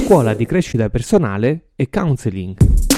scuola di crescita personale e counseling.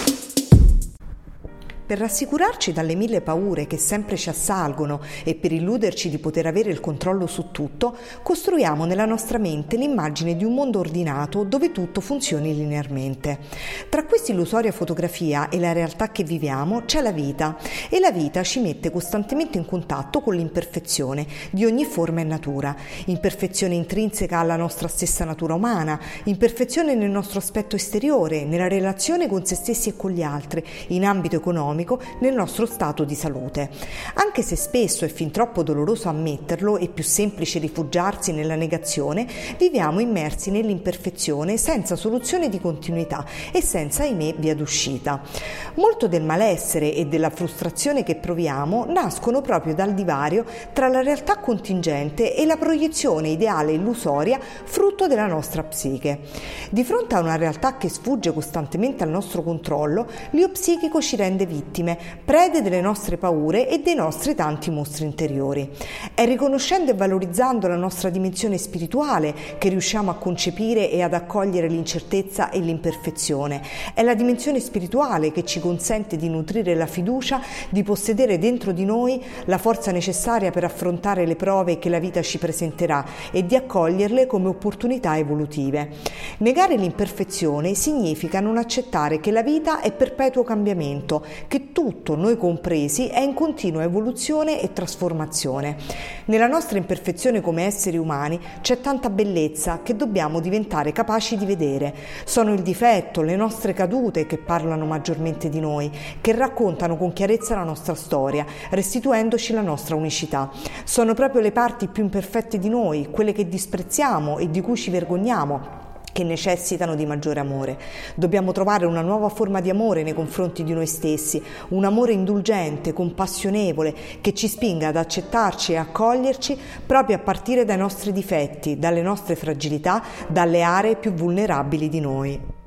Per rassicurarci dalle mille paure che sempre ci assalgono e per illuderci di poter avere il controllo su tutto, costruiamo nella nostra mente l'immagine di un mondo ordinato dove tutto funzioni linearmente. Tra questa illusoria fotografia e la realtà che viviamo c'è la vita, e la vita ci mette costantemente in contatto con l'imperfezione di ogni forma e natura, imperfezione intrinseca alla nostra stessa natura umana, imperfezione nel nostro aspetto esteriore, nella relazione con se stessi e con gli altri, in ambito economico, nel nostro stato di salute. Anche se spesso è fin troppo doloroso ammetterlo e più semplice rifugiarsi nella negazione, viviamo immersi nell'imperfezione senza soluzione di continuità e senza, ahimè, via d'uscita. Molto del malessere e della frustrazione che proviamo nascono proprio dal divario tra la realtà contingente e la proiezione ideale illusoria frutto della nostra psiche. Di fronte a una realtà che sfugge costantemente al nostro controllo, l'io psichico ci rende vittime, prede delle nostre paure e dei nostri tanti mostri interiori. È riconoscendo e valorizzando la nostra dimensione spirituale che riusciamo a concepire e ad accogliere l'incertezza e l'imperfezione. È la dimensione spirituale che ci consente di nutrire la fiducia, di possedere dentro di noi la forza necessaria per affrontare le prove che la vita ci presenterà e di accoglierle come opportunità evolutive. Negare l'imperfezione significa non accettare che la vita è perpetuo cambiamento, che tutto, noi compresi, è in continua evoluzione e trasformazione. Nella nostra imperfezione come esseri umani c'è tanta bellezza che dobbiamo diventare capaci di vedere. Sono il difetto, le nostre cadute che parlano maggiormente di noi, che raccontano con chiarezza la nostra storia, restituendoci la nostra unicità. Sono proprio le parti più imperfette di noi, quelle che disprezziamo e di cui ci vergogniamo, che necessitano di maggiore amore. Dobbiamo trovare una nuova forma di amore nei confronti di noi stessi, un amore indulgente, compassionevole, che ci spinga ad accettarci e accoglierci proprio a partire dai nostri difetti, dalle nostre fragilità, dalle aree più vulnerabili di noi.